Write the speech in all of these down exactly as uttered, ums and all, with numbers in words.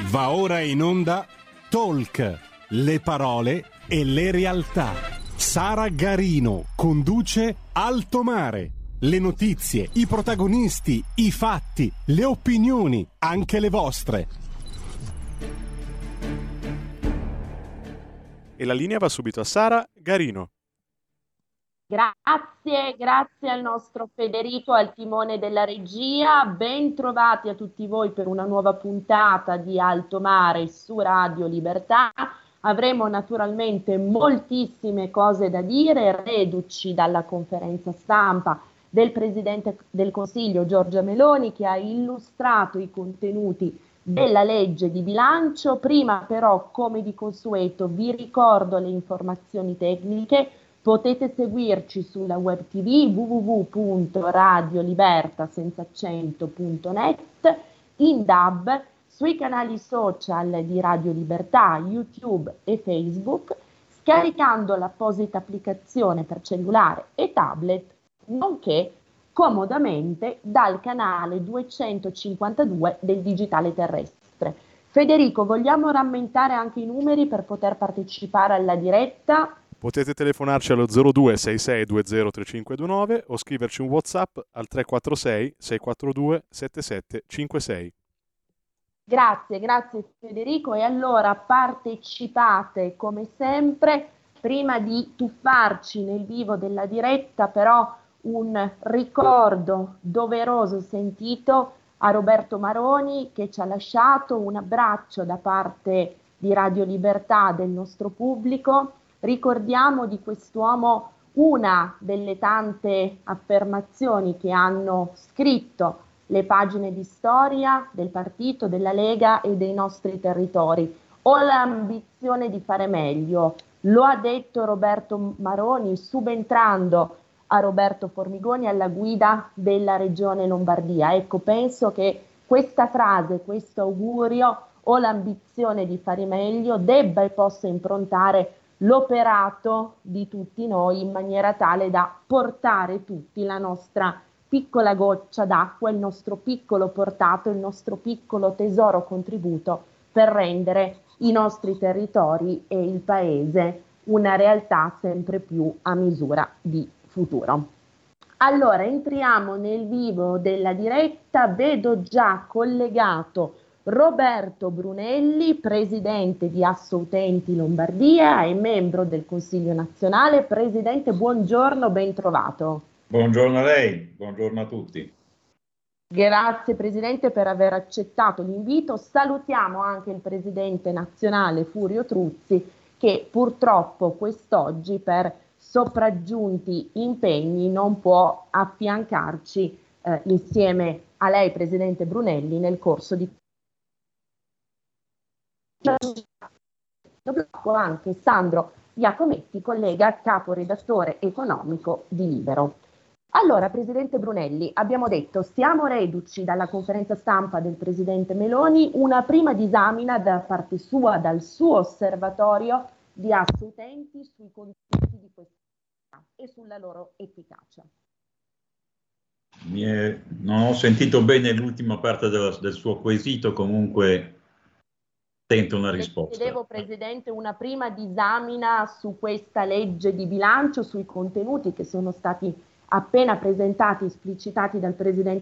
Va ora in onda Talk, le parole e le realtà. Sara Garino conduce Alto Mare. Le notizie, i protagonisti, i fatti, le opinioni, anche le vostre. E la linea va subito a Sara Garino. Grazie, grazie al nostro Federico al timone della regia. Ben trovati a tutti voi per una nuova puntata di Alto Mare su Radio Libertà. Avremo naturalmente moltissime cose da dire, reduci dalla conferenza stampa del Presidente del Consiglio Giorgia Meloni, che ha illustrato i contenuti della legge di bilancio. Prima però, come di consueto, vi ricordo le informazioni tecniche. Potete seguirci sulla web tv w w w punto radio libertà senza accento punto net, in D A B, sui canali social di Radio Libertà, YouTube e Facebook, scaricando l'apposita applicazione per cellulare e tablet, nonché comodamente dal canale duecentocinquantadue del digitale terrestre. Federico, vogliamo rammentare anche i numeri per poter partecipare alla diretta? Potete telefonarci allo zero due sei sei due zero tre cinque due nove o scriverci un WhatsApp al tre quattro sei sei quattro due sette sette cinque sei. Grazie, grazie Federico. E allora partecipate come sempre. Prima di tuffarci nel vivo della diretta, però, un ricordo doveroso sentito a Roberto Maroni, che ci ha lasciato. Un abbraccio da parte di Radio Libertà, del nostro pubblico. Ricordiamo di quest'uomo una delle tante affermazioni che hanno scritto le pagine di storia del partito, della Lega e dei nostri territori. Ho l'ambizione di fare meglio, lo ha detto Roberto Maroni subentrando a Roberto Formigoni alla guida della Regione Lombardia. Ecco, penso che questa frase, questo augurio, ho l'ambizione di fare meglio, debba e possa improntare l'operato di tutti noi in maniera tale da portare tutti la nostra piccola goccia d'acqua, il nostro piccolo portato, il nostro piccolo tesoro contributo per rendere i nostri territori e il paese una realtà sempre più a misura di futuro. Allora, entriamo nel vivo della diretta. Vedo già collegato Roberto Brunelli, presidente di Assoutenti Lombardia e membro del Consiglio nazionale. Presidente, buongiorno, ben trovato. Buongiorno a lei, buongiorno a tutti. Grazie Presidente per aver accettato l'invito. Salutiamo anche il Presidente nazionale Furio Truzzi, che purtroppo quest'oggi per sopraggiunti impegni non può affiancarci eh, insieme a lei, Presidente Brunelli, nel corso di anche Sandro Iacometti, collega caporedattore economico di Libero. Allora, Presidente Brunelli, abbiamo detto siamo reduci dalla conferenza stampa del Presidente Meloni, una prima disamina da parte sua, dal suo osservatorio di Assoutenti sui contenuti di questa e sulla loro efficacia. Mi è, non ho sentito bene l'ultima parte della, del suo quesito, comunque tento una risposta. Chiedevo, Presidente, una prima disamina su questa legge di bilancio, sui contenuti che sono stati appena presentati, esplicitati dal Presidente,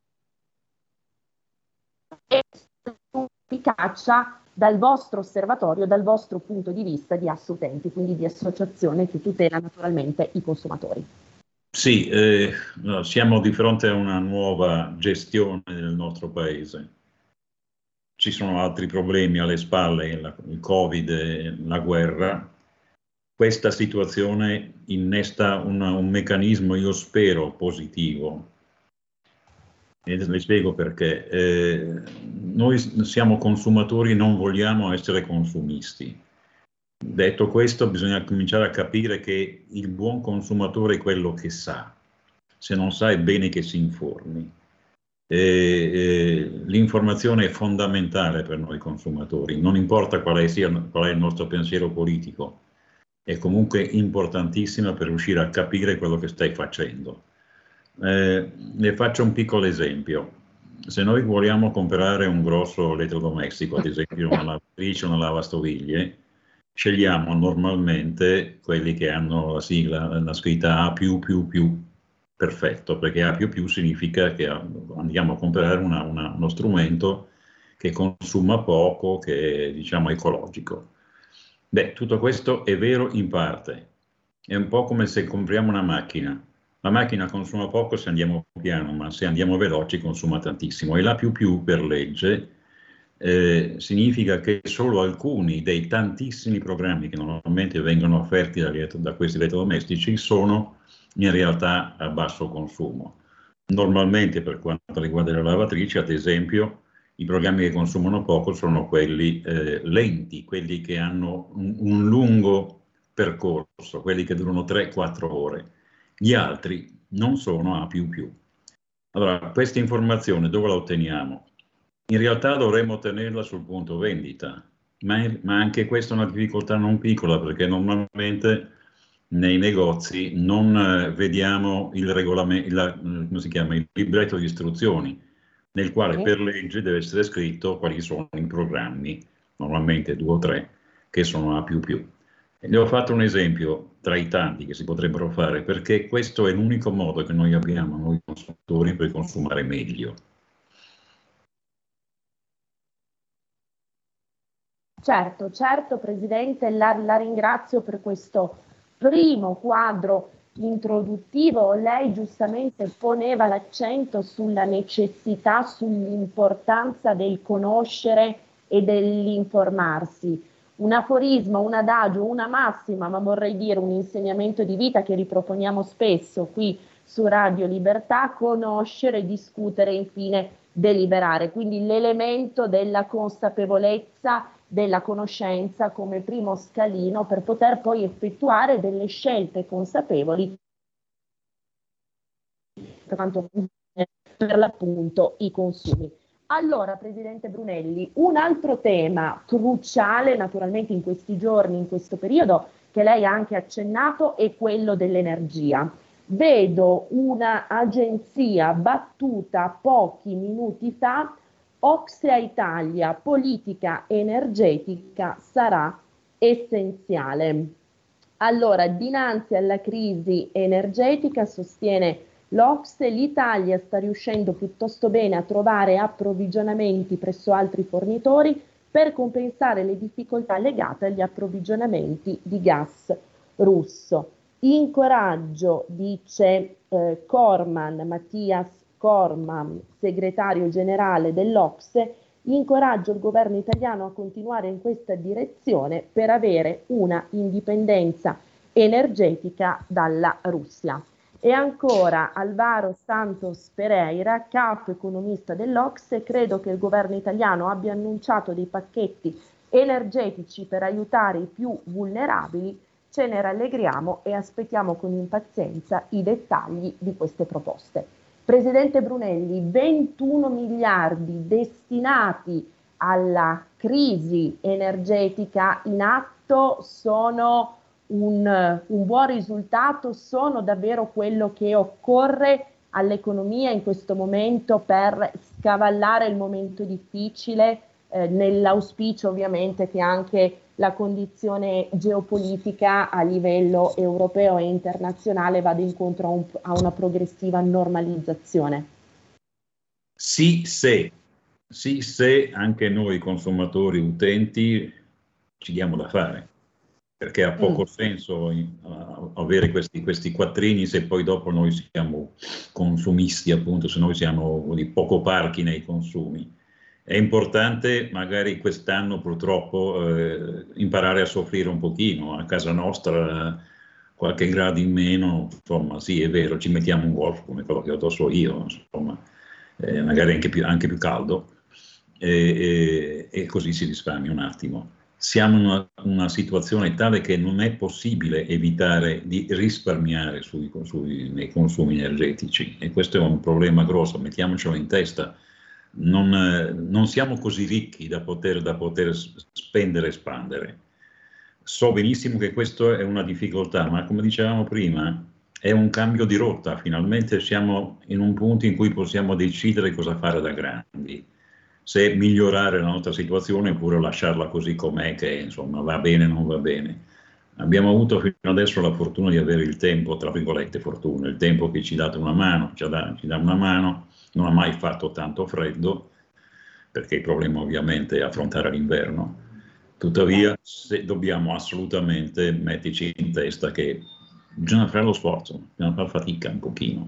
e efficacia dal vostro osservatorio, dal vostro punto di vista di Assoutenti, quindi di associazione che tutela naturalmente i consumatori. Sì, eh, no, siamo di fronte a una nuova gestione del nostro Paese. Ci sono altri problemi alle spalle, la, il Covid e la guerra. Questa situazione innesta una, un meccanismo, io spero, positivo. E le spiego perché. Eh, noi siamo consumatori e non vogliamo essere consumisti. Detto questo, bisogna cominciare a capire che il buon consumatore è quello che sa. Se non sa, è bene che si informi. Eh, eh, l'informazione è fondamentale per noi consumatori, non importa quale sia, qual è il nostro pensiero politico. È comunque importantissima per riuscire a capire quello che stai facendo. Eh, le faccio un piccolo esempio. se noi vogliamo comprare un grosso elettrodomestico, ad esempio una lavatrice o una lavastoviglie, scegliamo normalmente quelli che hanno la sigla, la scritta A più più più, perfetto, perché A più più significa che andiamo a comprare una, una, uno strumento che consuma poco, che è, diciamo, ecologico. Beh, tutto questo è vero in parte, è un po' come se compriamo una macchina. La macchina consuma poco se andiamo piano, ma se andiamo veloci consuma tantissimo. E l'A più più per legge eh, significa che solo alcuni dei tantissimi programmi che normalmente vengono offerti da, da questi elettrodomestici sono in realtà a basso consumo. Normalmente, per quanto riguarda le lavatrici, ad esempio, i programmi che consumano poco sono quelli eh, lenti, quelli che hanno un, un lungo percorso, quelli che durano tre quattro ore. Gli altri non sono A più più. Allora, questa informazione dove la otteniamo? In realtà dovremmo ottenerla sul punto vendita, ma, ma anche questa è una difficoltà non piccola, perché normalmente nei negozi non eh, vediamo il regolamento, il, come si chiama, il libretto di istruzioni, nel quale Sì. per legge deve essere scritto quali sono i programmi, normalmente due o tre, che sono A più più. Ne ho fatto un esempio tra i tanti che si potrebbero fare, perché questo è l'unico modo che noi abbiamo, noi consumatori, per consumare meglio. Certo, certo, Presidente, la, la ringrazio per questo primo quadro introduttivo. Lei giustamente poneva l'accento sulla necessità, sull'importanza del conoscere e dell'informarsi. Un aforisma, un adagio, una massima, ma vorrei dire un insegnamento di vita che riproponiamo spesso qui su Radio Libertà: conoscere, discutere e infine deliberare. Quindi l'elemento della consapevolezza, della conoscenza come primo scalino per poter poi effettuare delle scelte consapevoli per quanto per l'appunto i consumi. Allora, Presidente Brunelli, un altro tema cruciale naturalmente in questi giorni, in questo periodo, che lei ha anche accennato, è quello dell'energia. Vedo un'agenzia battuta pochi minuti fa: O C S E a Italia, politica energetica sarà essenziale. Allora, dinanzi alla crisi energetica, sostiene l'O C S E, l'Italia sta riuscendo piuttosto bene a trovare approvvigionamenti presso altri fornitori per compensare le difficoltà legate agli approvvigionamenti di gas russo. Incoraggio, dice eh, Corman, Mattias Corman, segretario generale dell'O C S E, incoraggio il governo italiano a continuare in questa direzione per avere una indipendenza energetica dalla Russia. E ancora Alvaro Santos Pereira, capo economista dell'O C S E, credo che il governo italiano abbia annunciato dei pacchetti energetici per aiutare i più vulnerabili. Ce ne rallegriamo e aspettiamo con impazienza i dettagli di queste proposte. Presidente Brunelli, ventuno miliardi destinati alla crisi energetica in atto sono un, un buon risultato, sono davvero quello che occorre all'economia in questo momento per scavallare il momento difficile, eh, nell'auspicio ovviamente che anche la condizione geopolitica a livello europeo e internazionale vada incontro a, un, a una progressiva normalizzazione. Sì, se, sì, se anche noi consumatori, utenti, ci diamo da fare, perché ha poco mm. senso uh, avere questi, questi quattrini se poi dopo noi siamo consumisti, appunto, se noi siamo di poco parchi nei consumi. È importante magari quest'anno purtroppo eh, imparare a soffrire un pochino, a casa nostra qualche grado in meno, insomma sì è vero, ci mettiamo un golf come quello che ho addosso io, insomma, eh, magari anche più, anche più caldo e, e, e così si risparmia un attimo. Siamo in una, una situazione tale che non è possibile evitare di risparmiare sui, sui, nei consumi energetici e questo è un problema grosso, mettiamocelo in testa. Non, non siamo così ricchi da poter, da poter spendere e espandere. So benissimo che questa è una difficoltà, ma come dicevamo prima, è un cambio di rotta, finalmente siamo in un punto in cui possiamo decidere cosa fare da grandi, se migliorare la nostra situazione oppure lasciarla così com'è, che insomma va bene o non va bene. Abbiamo avuto fino adesso la fortuna di avere il tempo, tra virgolette fortuna, il tempo che ci dà una mano, ci dà, ci dà una mano, non ha mai fatto tanto freddo, perché il problema ovviamente è affrontare l'inverno. Tuttavia, se dobbiamo assolutamente metterci in testa che bisogna fare lo sforzo, bisogna fare fatica un pochino.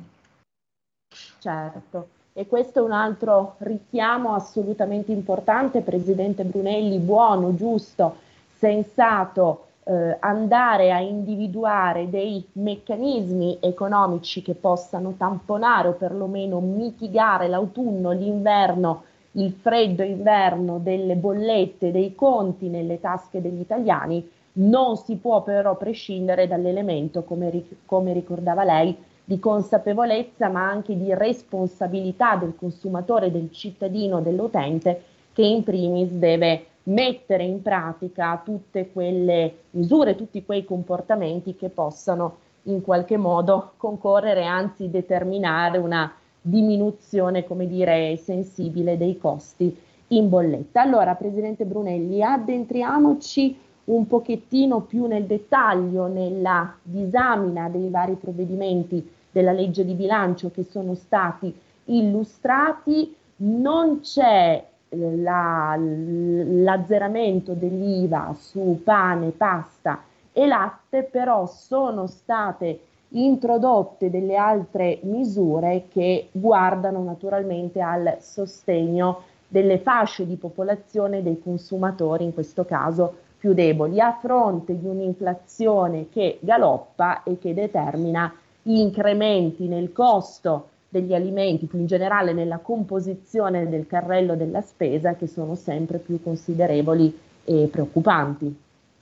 Certo, e questo è un altro richiamo assolutamente importante, Presidente Brunelli, buono, giusto, sensato, eh, andare a individuare dei meccanismi economici che possano tamponare o perlomeno mitigare l'autunno, l'inverno, il freddo inverno delle bollette, dei conti nelle tasche degli italiani. Non si può però prescindere dall'elemento, come, come ricordava lei, di consapevolezza ma anche di responsabilità del consumatore, del cittadino, dell'utente, che in primis deve mettere in pratica tutte quelle misure, tutti quei comportamenti che possano in qualche modo concorrere, anzi determinare una diminuzione, come dire, sensibile dei costi in bolletta. Allora, Presidente Brunelli, addentriamoci un pochettino più nel dettaglio nella disamina dei vari provvedimenti della legge di bilancio che sono stati illustrati. Non c'è la, l'azzeramento dell'I V A su pane, pasta e latte, però sono state introdotte delle altre misure che guardano naturalmente al sostegno delle fasce di popolazione, dei consumatori, in questo caso più deboli, a fronte di un'inflazione che galoppa e che determina incrementi nel costo degli alimenti, più in generale nella composizione del carrello della spesa, che sono sempre più considerevoli e preoccupanti.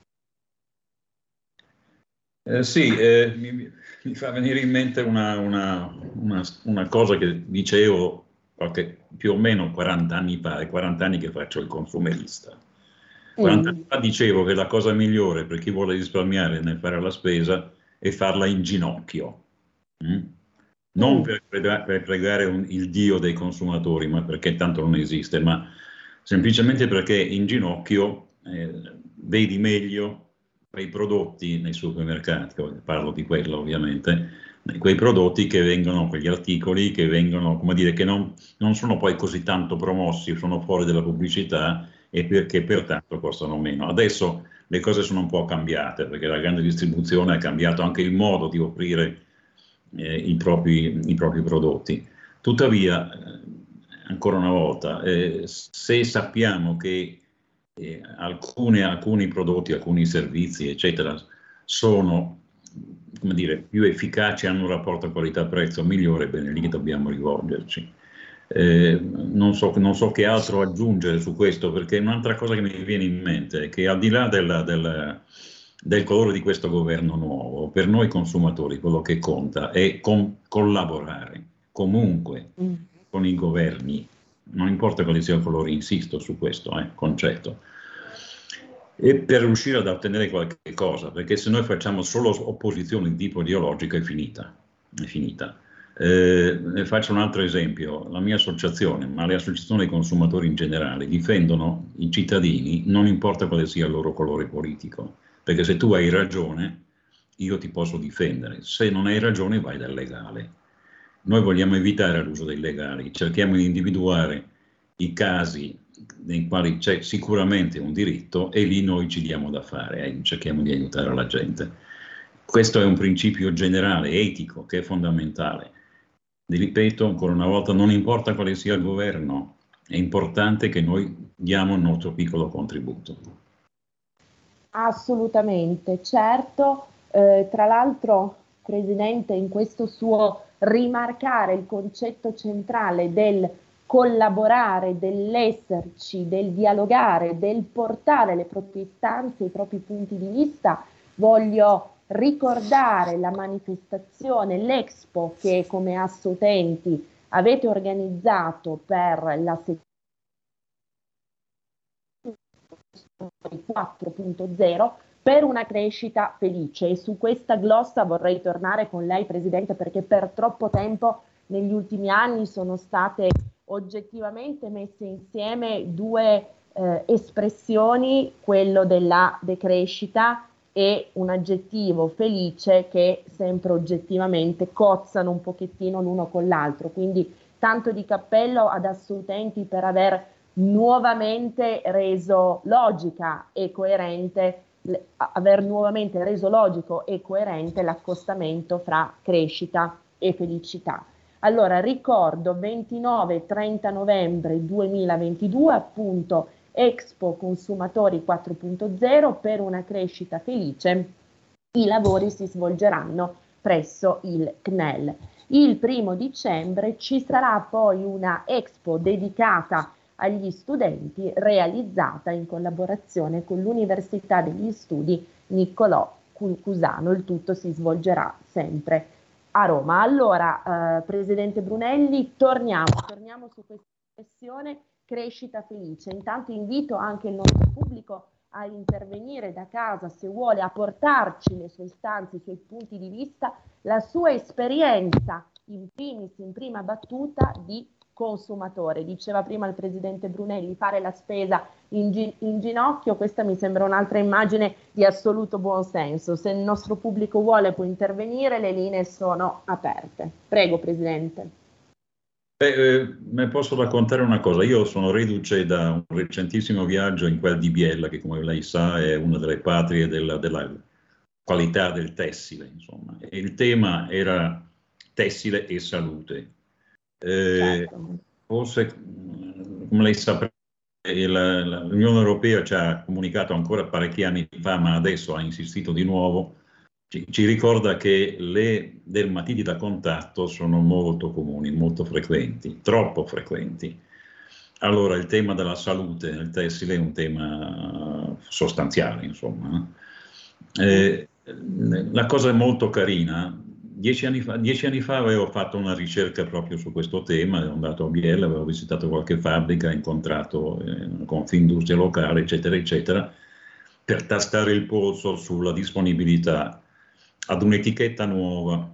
Eh, sì, eh, mi, mi fa venire in mente una, una, una, una cosa che dicevo qualche, più o meno quaranta anni fa, è quaranta anni che faccio il consumerista. quaranta anni fa dicevo che la cosa migliore per chi vuole risparmiare nel fare la spesa è farla in ginocchio. Mm? Non mm. per, prega, per pregare un, il Dio dei consumatori, ma perché tanto non esiste, ma semplicemente perché in ginocchio eh, vedi meglio quei prodotti nei supermercati, parlo di quello ovviamente, quei prodotti che vengono, quegli articoli che vengono, come dire, che non, non sono poi così tanto promossi, sono fuori dalla pubblicità e perché pertanto costano meno. Adesso le cose sono un po' cambiate perché la grande distribuzione ha cambiato anche il modo di offrire eh, i, propri, i propri prodotti. Tuttavia, eh, ancora una volta, eh, se sappiamo che eh, alcune, alcuni prodotti, alcuni servizi, eccetera, sono, come dire, più efficaci, hanno un rapporto qualità-prezzo migliore, bene, lì dobbiamo rivolgerci. Eh, non so, non so che altro aggiungere su questo, perché un'altra cosa che mi viene in mente è che al di là della, della, del colore di questo governo nuovo, per noi consumatori quello che conta è con, collaborare comunque mm. con i governi, non importa quale sia il colore, insisto su questo eh, concetto, e per riuscire ad ottenere qualche cosa, perché se noi facciamo solo opposizione di tipo ideologico è finita, è finita. Eh, faccio un altro esempio, la mia associazione, ma le associazioni dei consumatori in generale difendono i cittadini, non importa quale sia il loro colore politico, perché se tu hai ragione io ti posso difendere, se non hai ragione vai dal legale. Noi vogliamo evitare l'uso dei legali, cerchiamo di individuare i casi nei quali c'è sicuramente un diritto e lì noi ci diamo da fare, eh, cerchiamo di aiutare la gente. Questo è un principio generale, etico, che è fondamentale. Ripeto ancora una volta, non importa quale sia il governo, è importante che noi diamo il nostro piccolo contributo. Assolutamente, certo. Eh, tra l'altro, Presidente, in questo suo rimarcare il concetto centrale del collaborare, dell'esserci, del dialogare, del portare le proprie istanze, i propri punti di vista, voglio ricordare la manifestazione, l'Expo che come Assoutenti avete organizzato per la settimana quattro punto zero, per una crescita felice. E su questa glossa vorrei tornare con lei, Presidente, perché per troppo tempo negli ultimi anni sono state oggettivamente messe insieme due eh, espressioni, quello della decrescita e un aggettivo felice, che sempre oggettivamente cozzano un pochettino l'uno con l'altro. Quindi tanto di cappello ad Assolutenti per aver nuovamente reso logica e coerente aver nuovamente reso logico e coerente l'accostamento fra crescita e felicità. Allora ricordo ventinove e trenta novembre duemilaventidue, appunto Expo Consumatori quattro punto zero per una crescita felice. I lavori si svolgeranno presso il C N E L. Il primo dicembre ci sarà poi una Expo dedicata agli studenti, realizzata in collaborazione con l'Università degli Studi Niccolò Cusano. Il tutto si svolgerà sempre a Roma. Allora, eh, Presidente Brunelli, torniamo, torniamo su questa questione crescita felice. Intanto invito anche il nostro pubblico a intervenire da casa, se vuole, a portarci le sue istanze, i suoi punti di vista, la sua esperienza, in primis, in prima battuta, di consumatore. Diceva prima il Presidente Brunelli, fare la spesa in, gi- in ginocchio, questa mi sembra un'altra immagine di assoluto buonsenso. Se il nostro pubblico vuole può intervenire, le linee sono aperte. Prego, Presidente. Eh, eh, ne posso raccontare una cosa. Io sono reduce da un recentissimo viaggio in quel di Biella, che come lei sa è una delle patrie della, della qualità del tessile, insomma. E il tema era tessile e salute. Eh, Certo. Forse, come lei saprà, l'Unione Europea ci ha comunicato ancora parecchi anni fa, ma adesso ha insistito di nuovo, ci, ci ricorda che le dermatiti da contatto sono molto comuni, molto frequenti, troppo frequenti. Allora il tema della salute nel tessile è un tema sostanziale, insomma. Eh, la cosa è molto carina. Dieci anni fa, dieci anni fa avevo fatto una ricerca proprio su questo tema, ero andato a Biella, avevo visitato qualche fabbrica, incontrato eh, Confindustria locale, eccetera, eccetera, per tastare il polso sulla disponibilità ad un'etichetta nuova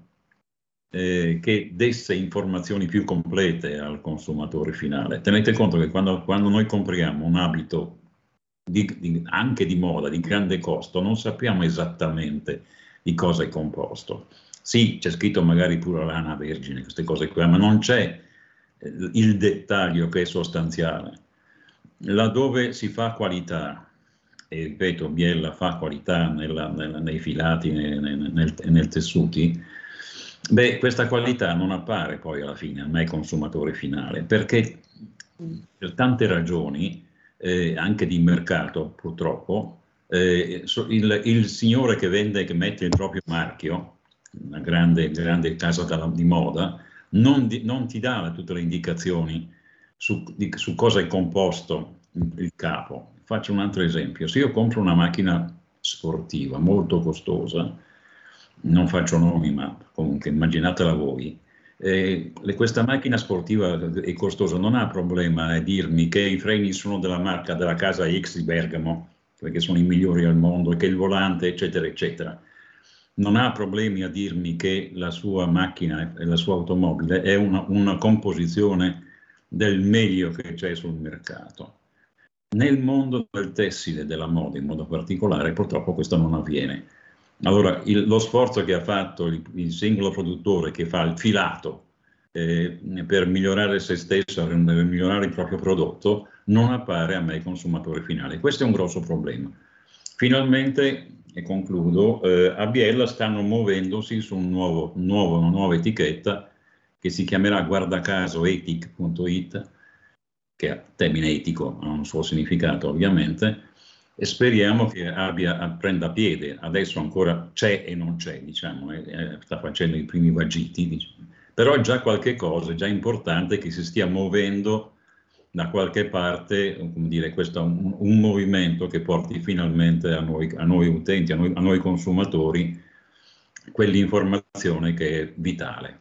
eh, che desse informazioni più complete al consumatore finale. Tenete conto che quando, quando noi compriamo un abito di, di, anche di moda, di grande costo, non sappiamo esattamente di cosa è composto. Sì, c'è scritto magari pure lana vergine, queste cose qua, ma non c'è eh, il dettaglio che è sostanziale. Laddove si fa qualità, e ripeto, Biella fa qualità nella, nella, nei filati, nel, nel, nel tessuti, beh, questa qualità non appare poi alla fine a me consumatore finale, perché per tante ragioni, eh, anche di mercato purtroppo, eh, il, il signore che vende, che mette il proprio marchio, una grande, grande casa di moda, non, di, non ti dà tutte le indicazioni su, di, su cosa è composto il capo. Faccio un altro esempio. Se io compro una macchina sportiva molto costosa, non faccio nomi, ma comunque immaginatela voi, eh, questa macchina sportiva è costosa, non ha problema a dirmi che i freni sono della marca della casa X di Bergamo, perché sono i migliori al mondo, e che il volante, eccetera, eccetera. Non ha problemi a dirmi che la sua macchina e la sua automobile è una, una composizione del meglio che c'è sul mercato. Nel mondo del tessile e della moda in modo particolare, purtroppo questo non avviene. Allora, il, lo sforzo che ha fatto il, il singolo produttore che fa il filato eh, per migliorare se stesso, per migliorare il proprio prodotto, non appare a me consumatore finale. Questo è un grosso problema. Finalmente, e concludo, eh, a Biella stanno muovendosi su un nuovo, un nuovo, una nuova etichetta che si chiamerà, guarda caso, etic punto it, che ha termine etico, ha un suo significato ovviamente, e speriamo che abbia, prenda piede. Adesso ancora c'è e non c'è, diciamo, eh, sta facendo i primi vagiti, diciamo. Però è già qualche cosa, è già importante che si stia muovendo da qualche parte, come dire, questo un, un movimento che porti finalmente a noi, a noi utenti, a noi, a noi consumatori, quell'informazione che è vitale.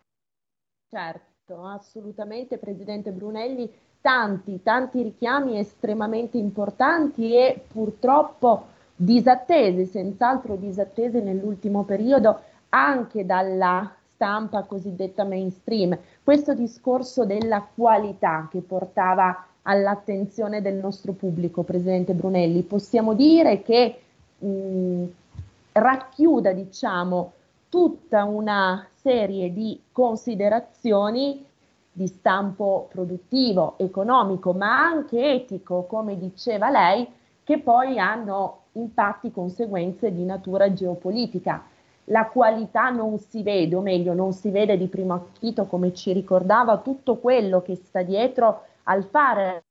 Certo, assolutamente, Presidente Brunelli, tanti, tanti richiami estremamente importanti e purtroppo disattese, senz'altro disattese nell'ultimo periodo anche dalla stampa cosiddetta mainstream. Questo discorso della qualità che portava all'attenzione del nostro pubblico, Presidente Brunelli, possiamo dire che mh, racchiuda, diciamo, tutta una serie di considerazioni di stampo produttivo, economico, ma anche etico, come diceva lei, che poi hanno impatti, conseguenze di natura geopolitica. La qualità non si vede, o meglio, non si vede di primo acchito, come ci ricordava tutto quello che sta dietro al fare.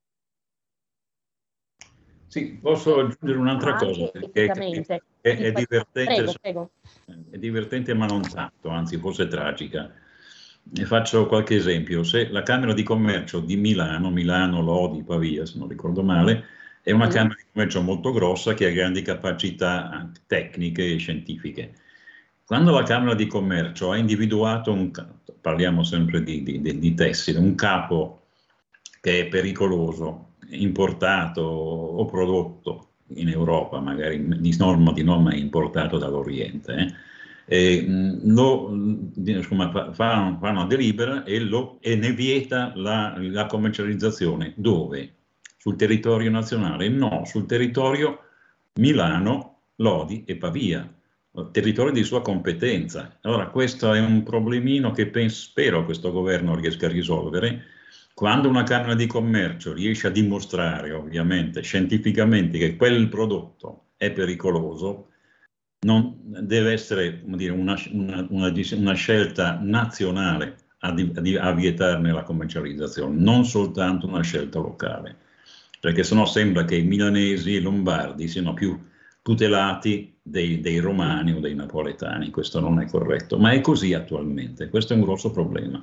Sì, posso aggiungere un'altra cosa, che è, è, è, divertente, prego, prego. è divertente ma non tanto, anzi forse tragica. Ne faccio qualche esempio. Se la Camera di Commercio di Milano, Milano, Lodi, Pavia, se non ricordo male, è una mm. Camera di Commercio molto grossa che ha grandi capacità tecniche e scientifiche. Quando la Camera di Commercio ha individuato, un, parliamo sempre di, di, di, di tessile, un capo che è pericoloso, importato o prodotto in Europa, magari di norma, di norma importato dall'Oriente, eh, e, lo, insomma, fa, fa una delibera e, lo, e ne vieta la, la commercializzazione. Dove? Sul territorio nazionale? No, sul territorio Milano, Lodi e Pavia, territorio di sua competenza. Allora questo è un problemino che penso, spero questo governo riesca a risolvere. Quando una Camera di Commercio riesce a dimostrare, ovviamente, scientificamente, che quel prodotto è pericoloso, non deve essere, come dire, una, una, una, una scelta nazionale a, di, a vietarne la commercializzazione, non soltanto una scelta locale, perché sennò sembra che i milanesi e i lombardi siano più tutelati dei, dei romani o dei napoletani. Questo non è corretto, ma è così attualmente. Questo è un grosso problema.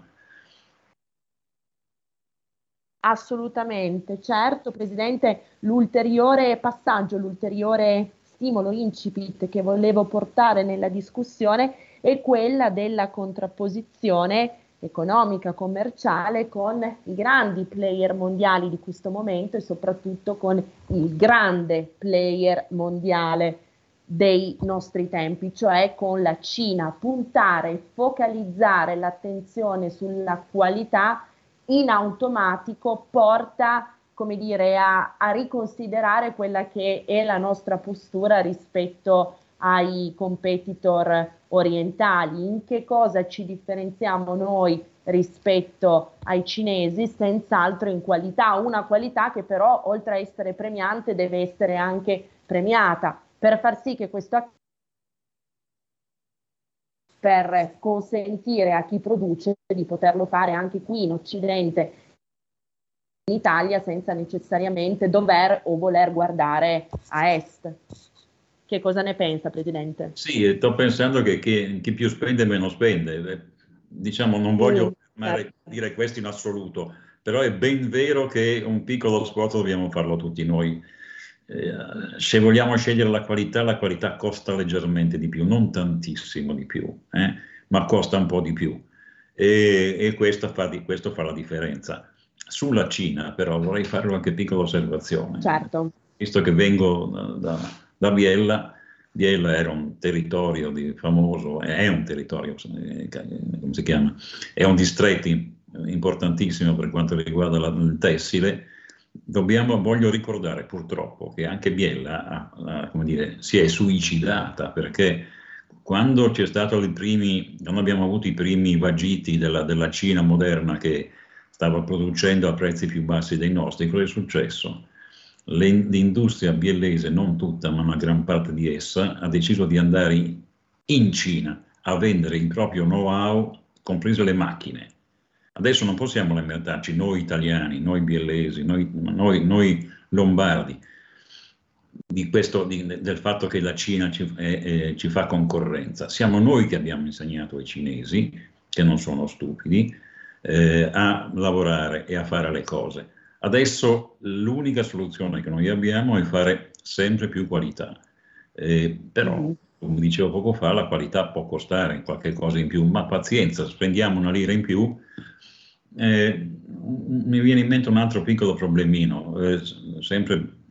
Assolutamente, certo, Presidente, l'ulteriore passaggio, l'ulteriore stimolo, incipit che volevo portare nella discussione è quella della contrapposizione economica, commerciale con i grandi player mondiali di questo momento e soprattutto con il grande player mondiale dei nostri tempi, cioè con la Cina. Puntare, focalizzare l'attenzione sulla qualità in automatico porta, come dire, a, a riconsiderare quella che è la nostra postura rispetto ai competitor orientali. In che cosa ci differenziamo noi rispetto ai cinesi? Senz'altro in qualità, una qualità che però oltre a essere premiante deve essere anche premiata, per far sì che questo per consentire a chi produce di poterlo fare anche qui in Occidente, in Italia, senza necessariamente dover o voler guardare a est. Che cosa ne pensa, Presidente? Sì, sto pensando che, che chi più spende meno spende. Diciamo, non voglio mm, certo. dire questo in assoluto, però è ben vero che un piccolo sforzo dobbiamo farlo tutti noi. Eh, se vogliamo scegliere la qualità, la qualità costa leggermente di più, non tantissimo di più, eh, ma costa un po' di più. E, e questo, fa di, questo fa la differenza. Sulla Cina, però, vorrei fare qualche piccola osservazione. Certo. Visto che vengo da, da, da Biella, Biella era un territorio di famoso, è un territorio, come si chiama? È un distretto importantissimo per quanto riguarda la, il tessile. Dobbiamo, voglio ricordare purtroppo che anche Biella ha, ha, come dire, si è suicidata, perché quando c'è stato i primi, quando abbiamo avuto i primi vagiti della, della Cina moderna che stava producendo a prezzi più bassi dei nostri, cosa è successo? Le, l'industria biellese, non tutta ma una gran parte di essa, ha deciso di andare in Cina a vendere il proprio know-how, comprese le macchine. Adesso non possiamo lamentarci noi italiani, noi biellesi, noi, noi, noi lombardi, di questo, di, del fatto che la Cina ci, eh, eh, ci fa concorrenza. Siamo noi che abbiamo insegnato ai cinesi, che non sono stupidi, eh, a lavorare e a fare le cose. Adesso l'unica soluzione che noi abbiamo è fare sempre più qualità. Eh, però, come dicevo poco fa, la qualità può costare qualche cosa in più, ma pazienza, spendiamo una lira in più. Eh, mi viene in mente un altro piccolo problemino, eh, sempre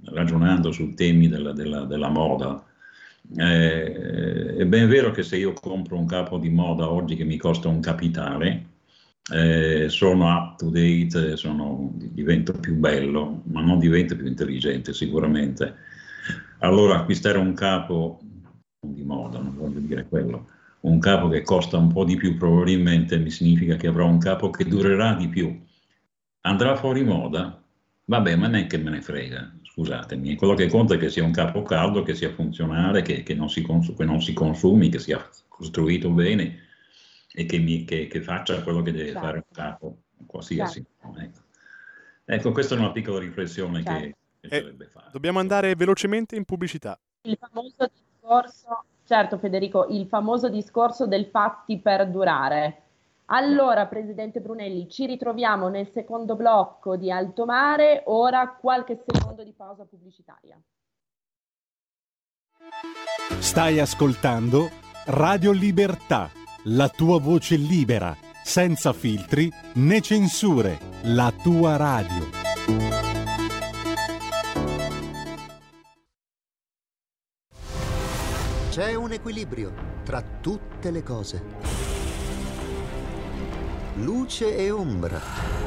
ragionando su temi della, della, della moda. Eh, è ben vero che se io compro un capo di moda oggi che mi costa un capitale, eh, sono up to date, sono, divento più bello, ma non divento più intelligente sicuramente. Allora acquistare un capo di moda, non voglio dire quello, un capo che costa un po' di più probabilmente mi significa che avrò un capo che durerà di più. Andrà fuori moda? Vabbè, ma neanche me ne frega, scusatemi. Quello che conta è che sia un capo caldo, che sia funzionale, che, che, non, si consu- che non si consumi, che sia costruito bene e che, mi, che, che faccia quello che deve certo. fare un capo, qualsiasi. Certo. Ecco. ecco, questa è una piccola riflessione certo. che, che eh, sarebbe fare. Dobbiamo andare velocemente in pubblicità. Il famoso discorso, certo Federico, il famoso discorso del fatti per durare. Allora, Presidente Brunelli, ci ritroviamo nel secondo blocco di Alto Mare, ora qualche secondo di pausa pubblicitaria. Stai ascoltando Radio Libertà, la tua voce libera, senza filtri né censure, la tua radio. C'è un equilibrio tra tutte le cose. Luce e ombra,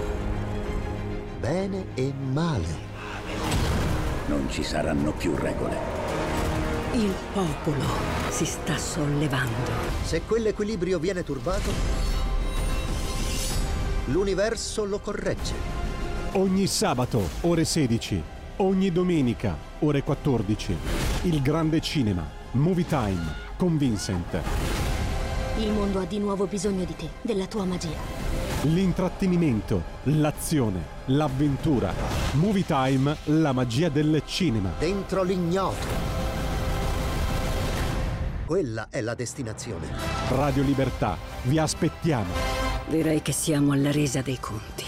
bene e male. Non ci saranno più regole. Il popolo si sta sollevando. Se quell'equilibrio viene turbato, l'universo lo corregge. Ogni sabato, ore sedici, ogni domenica, ore quattordici, il grande cinema, Movie Time, con Vincent. Il mondo ha di nuovo bisogno di te, della tua magia. L'intrattenimento, l'azione, l'avventura. Movie Time, la magia del cinema. Dentro l'ignoto. Quella è la destinazione. Radio Libertà, vi aspettiamo. Direi che siamo alla resa dei conti.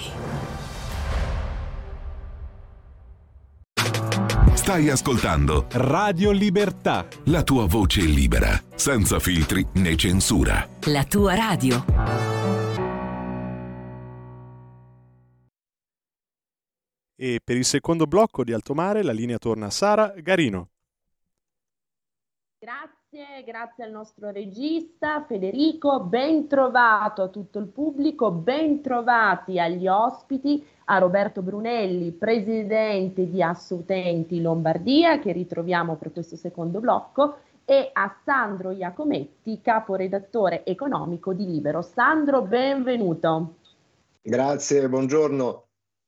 Stai ascoltando Radio Libertà, la tua voce libera, senza filtri né censura. La tua radio. E per il secondo blocco di Alto Mare la linea torna a Sara Garino. Grazie, grazie al nostro regista Federico, ben trovato a tutto il pubblico, ben trovati agli ospiti, a Roberto Brunelli, presidente di Assoutenti Lombardia, che ritroviamo per questo secondo blocco, e a Sandro Iacometti, caporedattore economico di Libero. Sandro, benvenuto. Grazie, buongiorno.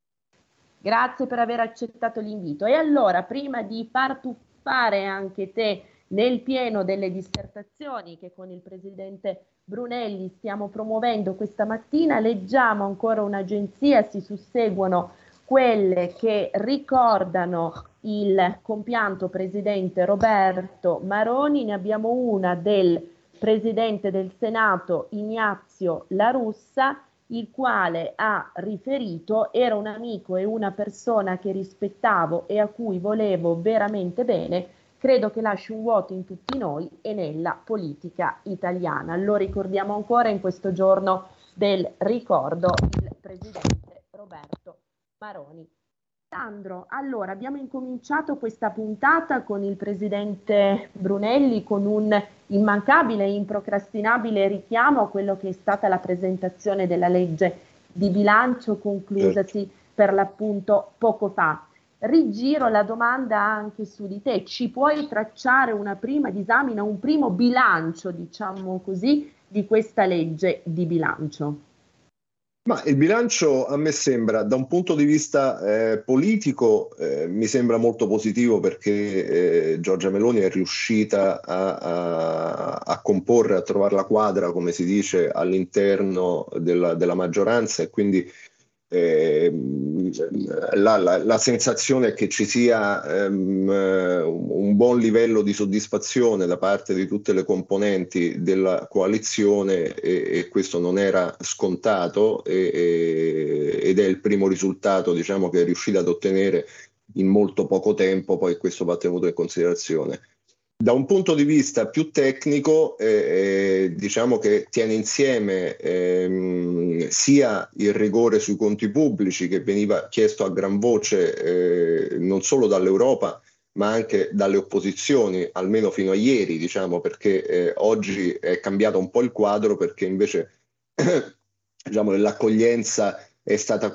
Grazie per aver accettato l'invito. E allora, prima di far tuffare anche te nel pieno delle dissertazioni che con il presidente Brunelli stiamo promuovendo questa mattina, leggiamo ancora un'agenzia, si susseguono quelle che ricordano il compianto presidente Roberto Maroni. Ne abbiamo una del presidente del Senato Ignazio La Russa, il quale ha riferito: era un amico e una persona che rispettavo e a cui volevo veramente bene, credo che lasci un vuoto in tutti noi e nella politica italiana. Lo ricordiamo ancora in questo giorno del ricordo, il presidente Roberto Maroni. Sandro, allora abbiamo incominciato questa puntata con il presidente Brunelli con un immancabile e improcrastinabile richiamo a quello che è stata la presentazione della legge di bilancio conclusasi per l'appunto poco fa. Rigiro la domanda anche su di te: ci puoi tracciare una prima disamina, un primo bilancio, diciamo così, di questa legge di bilancio? Ma il bilancio a me sembra, da un punto di vista eh, politico, eh, mi sembra molto positivo, perché eh, Giorgia Meloni è riuscita a, a, a comporre, a trovare la quadra, come si dice, all'interno della, della maggioranza, e quindi eh, la, la, la sensazione è che ci sia ehm, un buon livello di soddisfazione da parte di tutte le componenti della coalizione, e, e questo non era scontato, e, e, ed è il primo risultato, diciamo, che è riuscita ad ottenere in molto poco tempo. Poi questo va tenuto in considerazione. Da un punto di vista più tecnico, eh, eh, diciamo che tiene insieme ehm, sia il rigore sui conti pubblici, che veniva chiesto a gran voce eh, non solo dall'Europa ma anche dalle opposizioni, almeno fino a ieri, diciamo, perché eh, oggi è cambiato un po' il quadro, perché invece diciamo, l'accoglienza è stata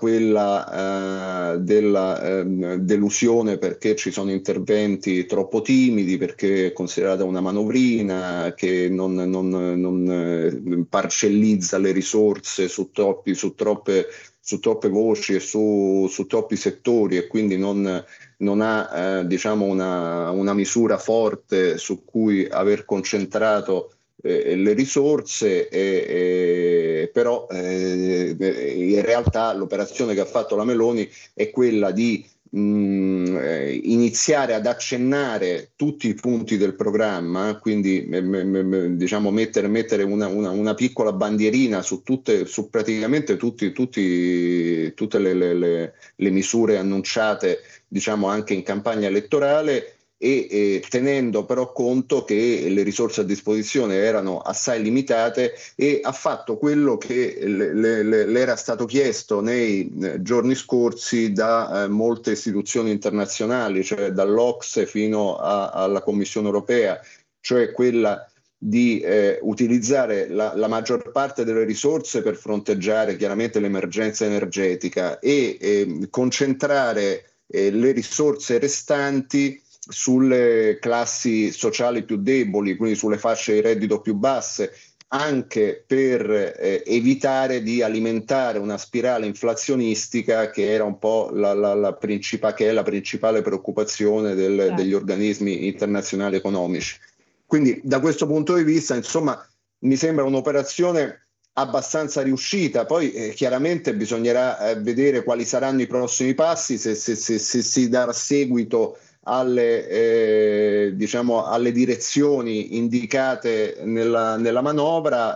quella eh, della eh, delusione, perché ci sono interventi troppo timidi, perché è considerata una manovrina che non, non, non eh, parcellizza le risorse su, troppi, su, troppe, su troppe voci e su, su troppi settori, e quindi non, non ha eh, diciamo una, una misura forte su cui aver concentrato Eh, le risorse, eh, eh, però eh, in realtà l'operazione che ha fatto la Meloni è quella di mh, eh, iniziare ad accennare tutti i punti del programma, quindi m- m- diciamo mettere, mettere una, una, una piccola bandierina su, tutte, su praticamente tutti, tutti, tutte le, le, le, le misure annunciate, diciamo, anche in campagna elettorale. E eh, tenendo però conto che le risorse a disposizione erano assai limitate, e ha fatto quello che le, le, le era stato chiesto nei eh, giorni scorsi da eh, molte istituzioni internazionali, cioè dall'O C S E fino a, alla Commissione europea, cioè quella di eh, utilizzare la, la maggior parte delle risorse per fronteggiare chiaramente l'emergenza energetica e eh, concentrare eh, le risorse restanti sulle classi sociali più deboli, quindi sulle fasce di reddito più basse, anche per eh, evitare di alimentare una spirale inflazionistica che era un po' la, la, la principale, che è la principale preoccupazione del, eh. degli organismi internazionali economici. Quindi da questo punto di vista, insomma, mi sembra un'operazione abbastanza riuscita. Poi eh, chiaramente bisognerà eh, vedere quali saranno i prossimi passi, se, se, se, se si darà seguito alle, eh, diciamo, alle direzioni indicate nella, nella manovra,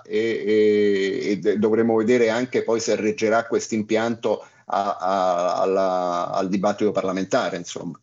e, e, e dovremo vedere anche poi se reggerà questo impianto a, a, alla, al dibattito parlamentare, insomma.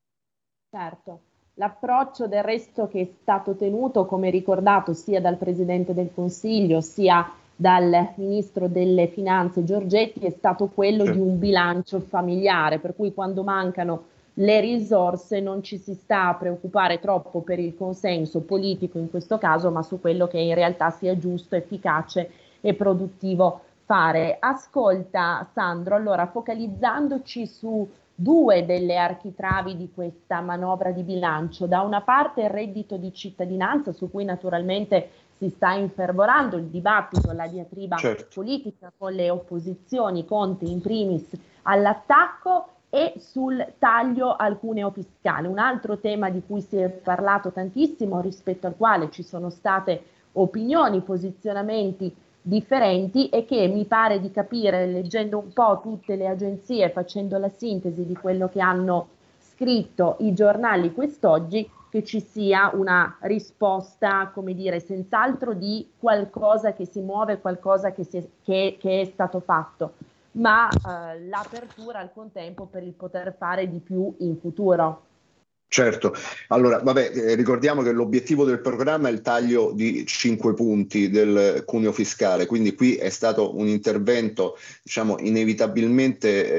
Certo. L'approccio del resto che è stato tenuto, come ricordato, sia dal Presidente del Consiglio sia dal Ministro delle Finanze Giorgetti, è stato quello sì. di un bilancio familiare, per cui quando mancano le risorse non ci si sta a preoccupare troppo per il consenso politico in questo caso, ma su quello che in realtà sia giusto, efficace e produttivo fare. Ascolta Sandro, allora focalizzandoci su due delle architravi di questa manovra di bilancio, da una parte il reddito di cittadinanza, su cui naturalmente si sta infervorando il dibattito, la diatriba certo. politica con le opposizioni, Conte in primis all'attacco, e sul taglio al cuneo fiscale, un altro tema di cui si è parlato tantissimo, rispetto al quale ci sono state opinioni, posizionamenti differenti, e che mi pare di capire, leggendo un po' tutte le agenzie, facendo la sintesi di quello che hanno scritto i giornali quest'oggi, che ci sia una risposta, come dire, senz'altro di qualcosa che si muove, qualcosa che, si è, che, che è stato fatto, ma eh, l'apertura al contempo per il poter fare di più in futuro. Certo, allora vabbè, eh, ricordiamo che l'obiettivo del programma è il taglio di cinque punti del cuneo fiscale, quindi qui è stato un intervento, diciamo, inevitabilmente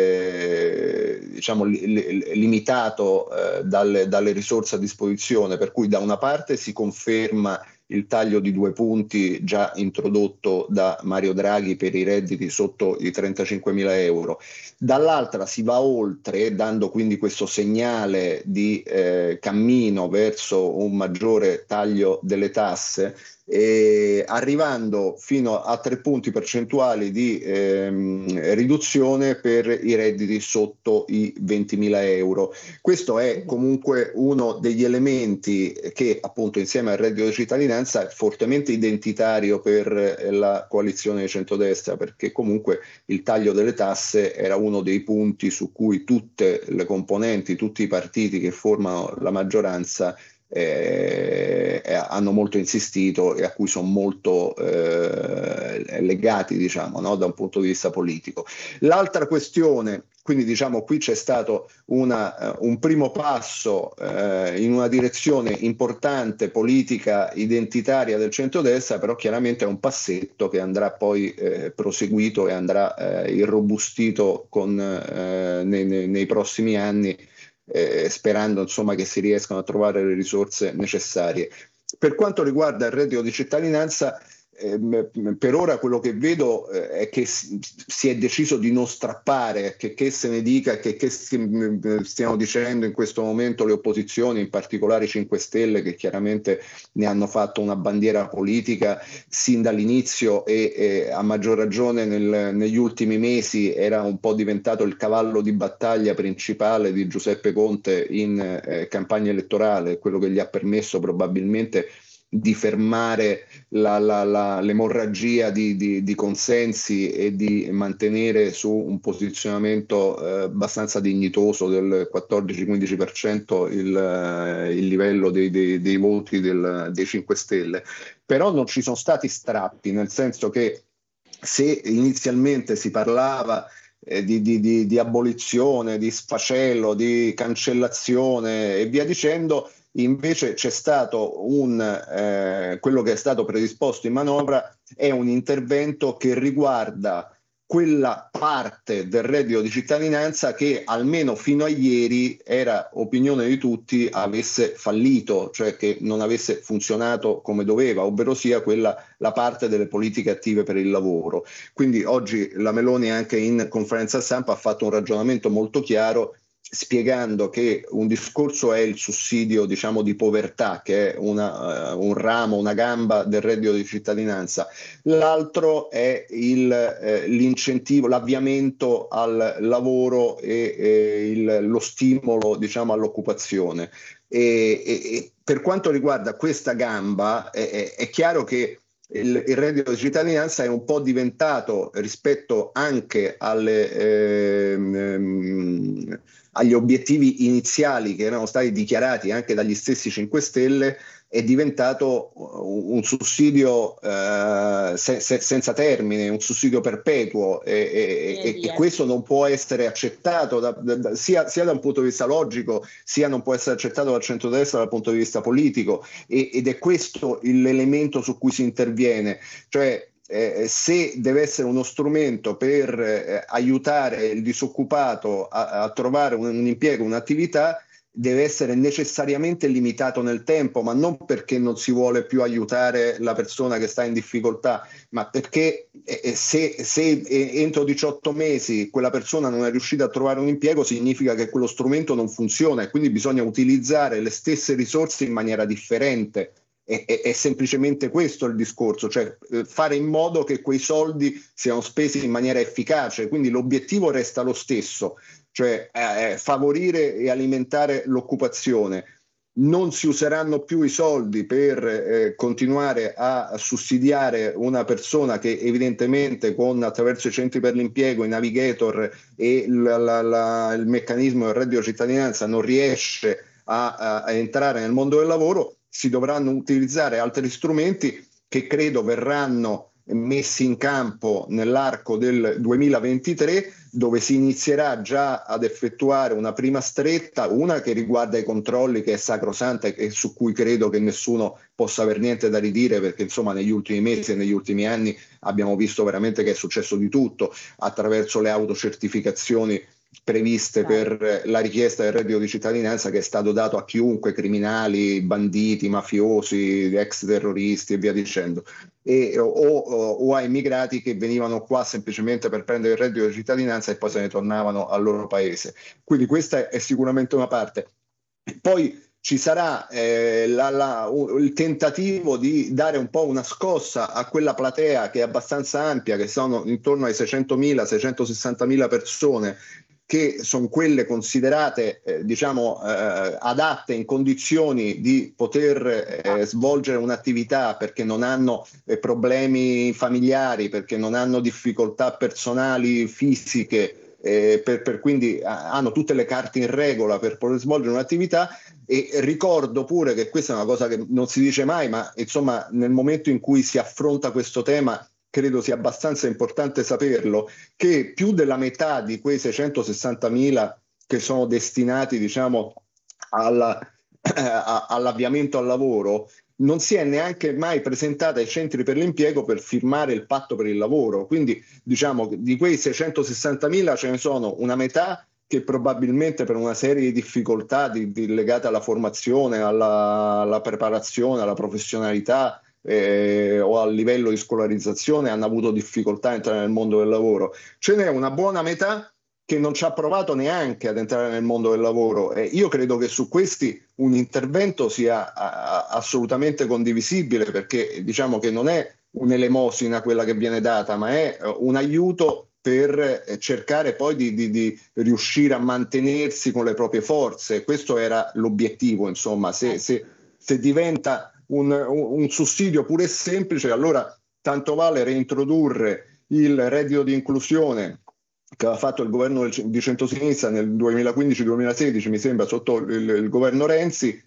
eh, diciamo, li, li, limitato eh, dalle, dalle risorse a disposizione, per cui da una parte si conferma il taglio di due punti già introdotto da Mario Draghi per i redditi sotto i trentacinquemila euro. Dall'altra si va oltre, dando quindi questo segnale di eh, cammino verso un maggiore taglio delle tasse, e arrivando fino a tre punti percentuali di ehm, riduzione per i redditi sotto i ventimila euro. Questo è comunque uno degli elementi che, appunto, insieme al reddito di cittadinanza è fortemente identitario per la coalizione di centrodestra, perché comunque il taglio delle tasse era uno dei punti su cui tutte le componenti, tutti i partiti che formano la maggioranza Eh, hanno molto insistito e a cui sono molto eh, legati, diciamo, no? Da un punto di vista politico. L'altra questione, Quindi diciamo qui c'è stato una, uh, un primo passo uh, in una direzione importante, politica, identitaria del centrodestra, però chiaramente è un passetto che andrà poi uh, proseguito e andrà uh, irrobustito con, uh, nei, nei, nei prossimi anni, uh, sperando insomma che si riescano a trovare le risorse necessarie. Per quanto riguarda il reddito di cittadinanza, per ora quello che vedo è che si è deciso di non strappare, che, che se ne dica, che, che stiamo dicendo in questo momento le opposizioni, in particolare i cinque Stelle, che chiaramente ne hanno fatto una bandiera politica sin dall'inizio e, e a maggior ragione nel, negli ultimi mesi era un po' diventato il cavallo di battaglia principale di Giuseppe Conte in eh, campagna elettorale, quello che gli ha permesso probabilmente di fermare la, la, la, l'emorragia di, di, di consensi e di mantenere su un posizionamento eh, abbastanza dignitoso del quattordici quindici per cento il, eh, il livello dei, dei, dei voti del, dei cinque Stelle. Però non ci sono stati strappi, nel senso che se inizialmente si parlava eh, di, di, di, di abolizione, di sfacelo, di cancellazione e via dicendo, invece c'è stato un, eh, quello che è stato predisposto in manovra è un intervento che riguarda quella parte del reddito di cittadinanza che almeno fino a ieri era opinione di tutti avesse fallito, cioè che non avesse funzionato come doveva, ovvero sia quella, la parte delle politiche attive per il lavoro. Quindi oggi la Meloni anche in conferenza stampa ha fatto un ragionamento molto chiaro, spiegando che un discorso è il sussidio, diciamo, di povertà, che è una, uh, un ramo, una gamba del reddito di cittadinanza, l'altro è il, eh, l'incentivo, l'avviamento al lavoro e, e il, lo stimolo, diciamo, all'occupazione. E, e, e per quanto riguarda questa gamba è, è, è chiaro che il, il reddito di cittadinanza è un po' diventato, rispetto anche alle ehm, agli obiettivi iniziali che erano stati dichiarati anche dagli stessi cinque Stelle, è diventato un sussidio eh, se, se, senza termine, un sussidio perpetuo e, e, e questo non può essere accettato da, da, sia, sia da un punto di vista logico, sia non può essere accettato dal centrodestra dal punto di vista politico e, ed è questo l'elemento su cui si interviene, cioè Eh, se deve essere uno strumento per eh, aiutare il disoccupato a, a trovare un, un impiego, un'attività, deve essere necessariamente limitato nel tempo, ma non perché non si vuole più aiutare la persona che sta in difficoltà, ma perché eh, se, se eh, entro diciotto mesi quella persona non è riuscita a trovare un impiego, significa che quello strumento non funziona e quindi bisogna utilizzare le stesse risorse in maniera differente. È, è, è semplicemente questo il discorso, cioè eh, fare in modo che quei soldi siano spesi in maniera efficace, quindi l'obiettivo resta lo stesso, cioè eh, favorire e alimentare l'occupazione. Non si useranno più i soldi per eh, continuare a sussidiare una persona che evidentemente con attraverso i centri per l'impiego, i navigator e la, la, la, il meccanismo del reddito di cittadinanza non riesce a, a, a entrare nel mondo del lavoro. Si dovranno utilizzare altri strumenti che credo verranno messi in campo nell'arco del duemilaventitré, dove si inizierà già ad effettuare una prima stretta, una che riguarda i controlli, che è sacrosanta e su cui credo che nessuno possa aver niente da ridire, perché insomma negli ultimi mesi e negli ultimi anni abbiamo visto veramente che è successo di tutto attraverso le autocertificazioni previste per la richiesta del reddito di cittadinanza, che è stato dato a chiunque, criminali, banditi, mafiosi, ex terroristi e via dicendo, e, o, o, o a immigrati che venivano qua semplicemente per prendere il reddito di cittadinanza e poi se ne tornavano al loro paese. Quindi questa è sicuramente una parte. Poi ci sarà eh, la, la, il tentativo di dare un po' una scossa a quella platea che è abbastanza ampia, che sono intorno ai seicentomila seicentosessantamila persone, che sono quelle considerate eh, diciamo eh, adatte, in condizioni di poter eh, svolgere un'attività perché non hanno eh, problemi familiari, perché non hanno difficoltà personali fisiche, eh, per, per quindi a, hanno tutte le carte in regola per poter svolgere un'attività. E ricordo pure che questa è una cosa che non si dice mai, ma insomma nel momento in cui si affronta questo tema credo sia abbastanza importante saperlo, che più della metà di quei seicentosessantamila che sono destinati, diciamo, alla, all'avviamento al lavoro, non si è neanche mai presentata ai centri per l'impiego per firmare il patto per il lavoro. Quindi, diciamo, di quei seicentosessantamila ce ne sono una metà che probabilmente per una serie di difficoltà di, di legate alla formazione, alla, alla preparazione, alla professionalità eh, o al livello di scolarizzazione hanno avuto difficoltà a entrare nel mondo del lavoro. Ce n'è una buona metà che non ci ha provato neanche ad entrare nel mondo del lavoro, e io credo che su questi un intervento sia a, a, assolutamente condivisibile, perché diciamo che non è un'elemosina quella che viene data, ma è uh, un aiuto per eh, cercare poi di, di, di riuscire a mantenersi con le proprie forze. Questo era l'obiettivo, insomma. Se, se, se diventa un, un, un sussidio puro e semplice, allora tanto vale reintrodurre il reddito di inclusione che aveva fatto il governo di centrosinistra nel duemilaquindici duemilasedici, mi sembra, sotto il, il governo Renzi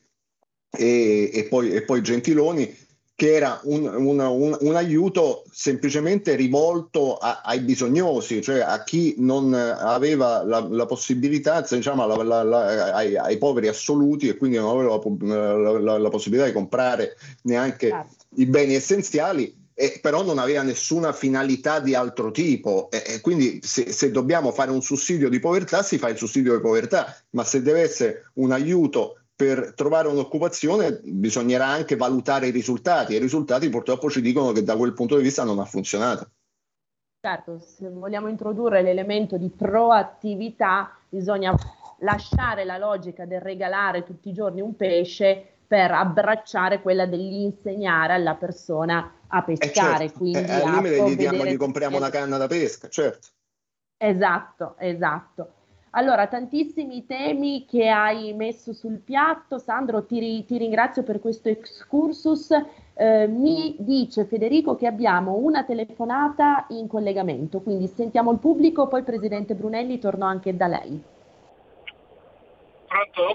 e, e, poi, e poi Gentiloni, che era un, un, un, un aiuto semplicemente rivolto a, ai bisognosi, cioè a chi non aveva la, la possibilità, diciamo, la, la, la, ai, ai poveri assoluti, e quindi non aveva la, la, la possibilità di comprare neanche ah. i beni essenziali. Eh, però non aveva nessuna finalità di altro tipo, e eh, quindi se, se dobbiamo fare un sussidio di povertà si fa il sussidio di povertà, ma se deve essere un aiuto per trovare un'occupazione bisognerà anche valutare i risultati, e i risultati purtroppo ci dicono che da quel punto di vista non ha funzionato. Certo, se vogliamo introdurre l'elemento di proattività bisogna lasciare la logica del regalare tutti i giorni un pesce per abbracciare quella dell'insegnare alla persona a pescare. Eh certo. Quindi eh, al limite gli, diamo, gli compriamo una canna da pesca, certo. Esatto, esatto. Allora, tantissimi temi che hai messo sul piatto. Sandro, ti, ti ringrazio per questo excursus. Eh, mi dice Federico che abbiamo una telefonata in collegamento, quindi sentiamo il pubblico, poi Presidente Brunelli torno anche da lei. Pronto?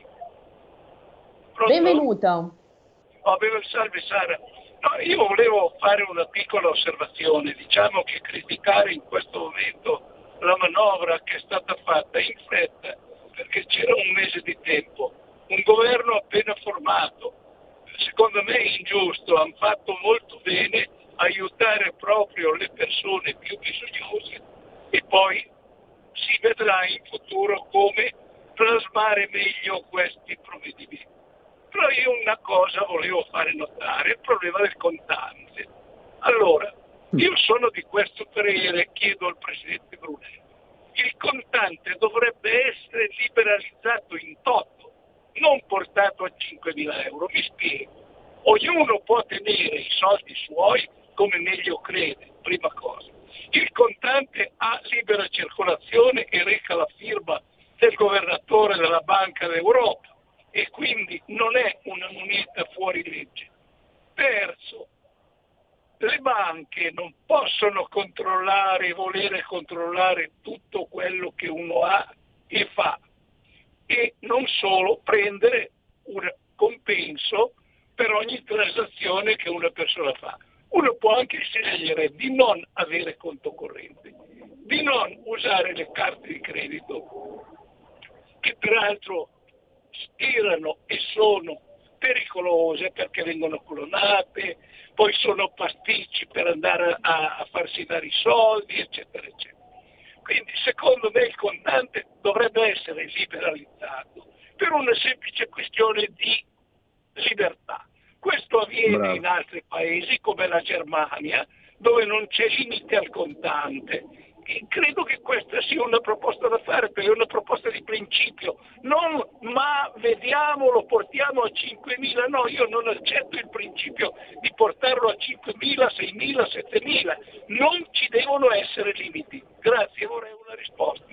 Pronto? Benvenuto. Oh, salve Sara. No, io volevo fare una piccola osservazione. Diciamo che criticare in questo momento la manovra che è stata fatta in fretta, perché c'era un mese di tempo, un governo appena formato, secondo me è ingiusto. Hanno fatto molto bene aiutare proprio le persone più bisognose, e poi si vedrà in futuro come plasmare meglio questi provvedimenti. Però io una cosa volevo fare notare, il problema del contante. Allora, io sono di questo parere, chiedo al Presidente Brunelli, il contante dovrebbe essere liberalizzato in toto, non portato a cinquemila euro, mi spiego. Ognuno può tenere i soldi suoi come meglio crede, prima cosa. Il contante ha libera circolazione e reca la firma del governatore della Banca d'Europa, e quindi non è una moneta fuori legge. Terzo, le banche non possono controllare e volere controllare tutto quello che uno ha e fa, e non solo prendere un compenso per ogni transazione che una persona fa. Uno può anche scegliere di non avere conto corrente, di non usare le carte di credito, che peraltro erano e sono pericolose perché vengono clonate, poi sono pasticci per andare a, a farsi dare i soldi, eccetera, eccetera. Quindi secondo me il contante dovrebbe essere liberalizzato per una semplice questione di libertà. Questo avviene Bravo. in altri paesi come la Germania, dove non c'è limite al contante. E credo che questa sia una proposta da fare, perché è una proposta di principio, non ma vediamo, lo portiamo a cinquemila, no, io non accetto il principio di portarlo a cinquemila, seimila, settemila, non ci devono essere limiti. Grazie, vorrei una risposta.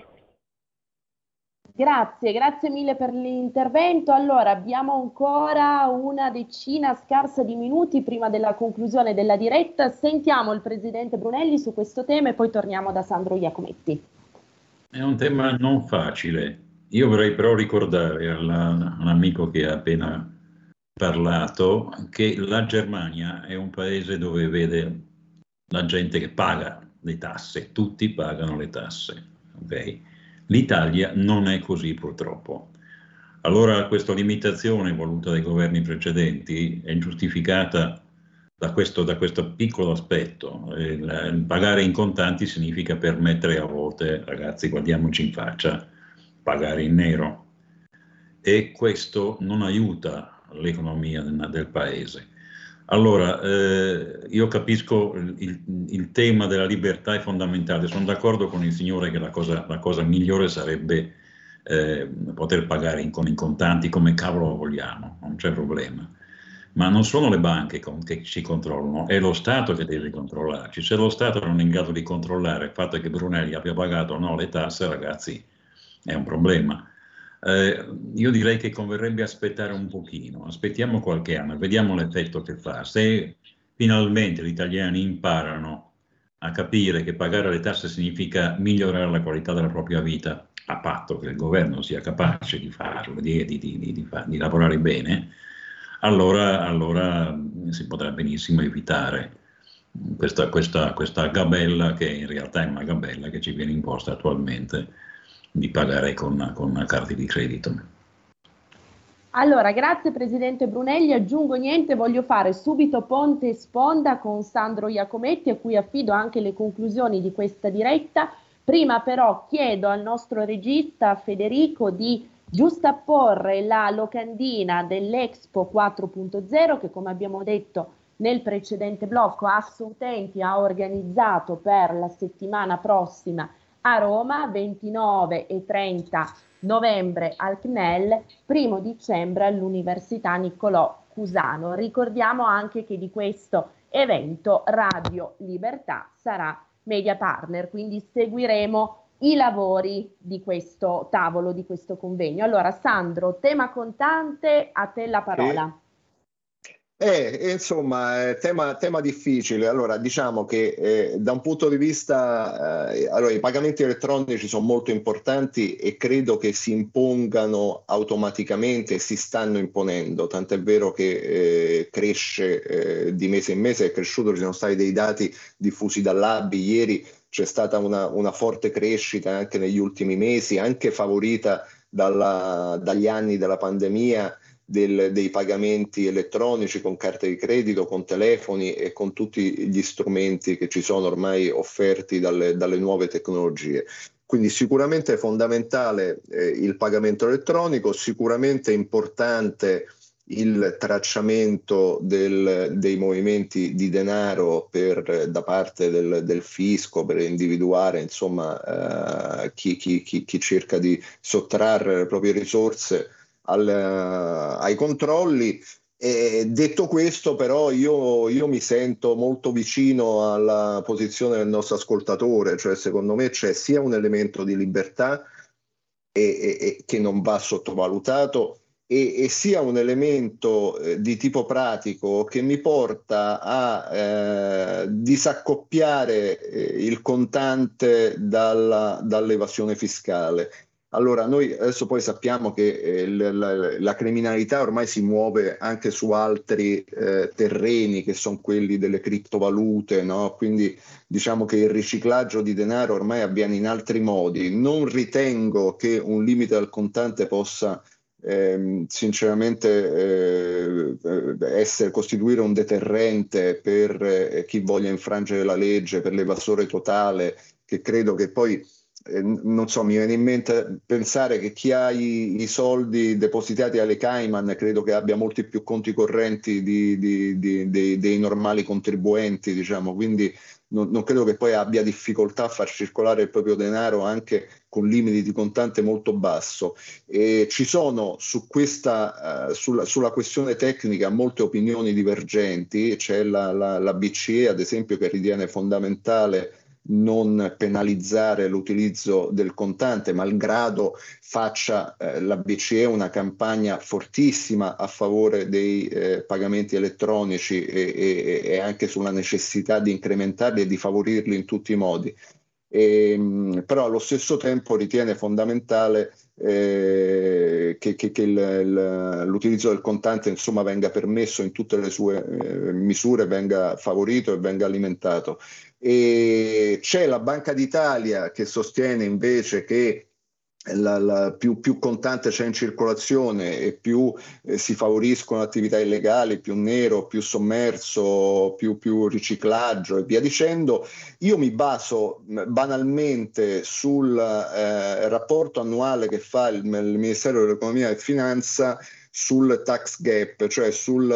Grazie, grazie mille per l'intervento. Allora, abbiamo ancora una decina scarsa di minuti prima della conclusione della diretta. Sentiamo il Presidente Brunelli su questo tema e poi torniamo da Sandro Iacometti. È un tema non facile. Io vorrei però ricordare alla, all'amico che ha appena parlato che la Germania è un paese dove vede la gente che paga le tasse, tutti pagano le tasse. Okay? L'Italia non è così purtroppo. Allora questa limitazione voluta dai governi precedenti è giustificata da questo, da questo piccolo aspetto. Il, il pagare in contanti significa permettere a volte, ragazzi, guardiamoci in faccia, pagare in nero. E questo non aiuta l'economia del, del paese. Allora, eh, io capisco il, il, il tema della libertà è fondamentale, sono d'accordo con il signore che la cosa, la cosa migliore sarebbe eh, poter pagare in, in contanti come cavolo vogliamo, non c'è problema. Ma non sono le banche con, che ci controllano, è lo Stato che deve controllarci. Se lo Stato non è in grado di controllare il fatto che Brunelli abbia pagato o no le tasse, ragazzi, è un problema. Eh, io direi che converrebbe aspettare un pochino, aspettiamo qualche anno, vediamo l'effetto che fa. Se finalmente gli italiani imparano a capire che pagare le tasse significa migliorare la qualità della propria vita, a patto che il governo sia capace di farlo, di, di, di, di, di, di lavorare bene, allora, allora si potrà benissimo evitare questa, questa, questa gabella, che in realtà è una gabella che ci viene imposta attualmente, di pagare con, con carte di credito. Allora, grazie Presidente Brunelli, aggiungo niente, voglio fare subito ponte e sponda con Sandro Iacometti, a cui affido anche le conclusioni di questa diretta. Prima però chiedo al nostro regista Federico di giustapporre la locandina dell'Expo quattro punto zero che, come abbiamo detto nel precedente blocco, Assoutenti ha organizzato per la settimana prossima a Roma, ventinove e trenta novembre al C N E L, primo dicembre all'Università Niccolò Cusano. Ricordiamo anche che di questo evento Radio Libertà sarà media partner, quindi seguiremo i lavori di questo tavolo, di questo convegno. Allora Sandro, tema contante, a te la parola. Eh, insomma, eh, tema, tema difficile. Allora, diciamo che eh, da un punto di vista, eh, allora, i pagamenti elettronici sono molto importanti e credo che si impongano automaticamente e si stanno imponendo, tant'è vero che eh, cresce eh, di mese in mese, è cresciuto, ci sono stati dei dati diffusi dall'A B I ieri, c'è stata una, una forte crescita anche negli ultimi mesi, anche favorita dalla, dagli anni della pandemia, Del, dei pagamenti elettronici con carte di credito, con telefoni e con tutti gli strumenti che ci sono ormai offerti dalle, dalle nuove tecnologie. Quindi sicuramente è fondamentale eh, il pagamento elettronico, sicuramente è importante il tracciamento del, dei movimenti di denaro per, da parte del, del fisco, per individuare insomma eh, chi, chi, chi, chi cerca di sottrarre le proprie risorse Al, ai controlli. E detto questo, però, io, io mi sento molto vicino alla posizione del nostro ascoltatore, cioè secondo me c'è sia un elemento di libertà e, e, e che non va sottovalutato e, e sia un elemento eh, di tipo pratico che mi porta a eh, disaccoppiare eh, il contante dalla, dall'evasione fiscale. Allora, noi adesso poi sappiamo che eh, la, la, la criminalità ormai si muove anche su altri eh, terreni, che sono quelli delle criptovalute, no? Quindi diciamo che il riciclaggio di denaro ormai avviene in altri modi. Non ritengo che un limite al contante possa eh, sinceramente eh, essere, costituire un deterrente per eh, chi voglia infrangere la legge, per l'evasore totale, che credo che poi Eh, non so, mi viene in mente pensare che chi ha i, i soldi depositati alle Cayman credo che abbia molti più conti correnti di, di, di, di, dei normali contribuenti, diciamo, quindi non, non credo che poi abbia difficoltà a far circolare il proprio denaro anche con limiti di contante molto basso. E ci sono su questa, uh, sulla, sulla questione tecnica molte opinioni divergenti. C'è la, la, la B C E ad esempio che ritiene fondamentale non penalizzare l'utilizzo del contante, malgrado faccia eh, la B C E una campagna fortissima a favore dei eh, pagamenti elettronici e, e, e anche sulla necessità di incrementarli e di favorirli in tutti i modi. E, però allo stesso tempo ritiene fondamentale eh, che, che, che il, il, l'utilizzo del contante insomma venga permesso in tutte le sue eh, misure, venga favorito e venga alimentato. E c'è la Banca d'Italia che sostiene invece che La, la, più, più contante c'è in circolazione e più eh, si favoriscono attività illegali, più nero, più sommerso, più, più riciclaggio e via dicendo. Io mi baso banalmente sul eh, rapporto annuale che fa il, il Ministero dell'Economia e Finanza sul tax gap, cioè sul,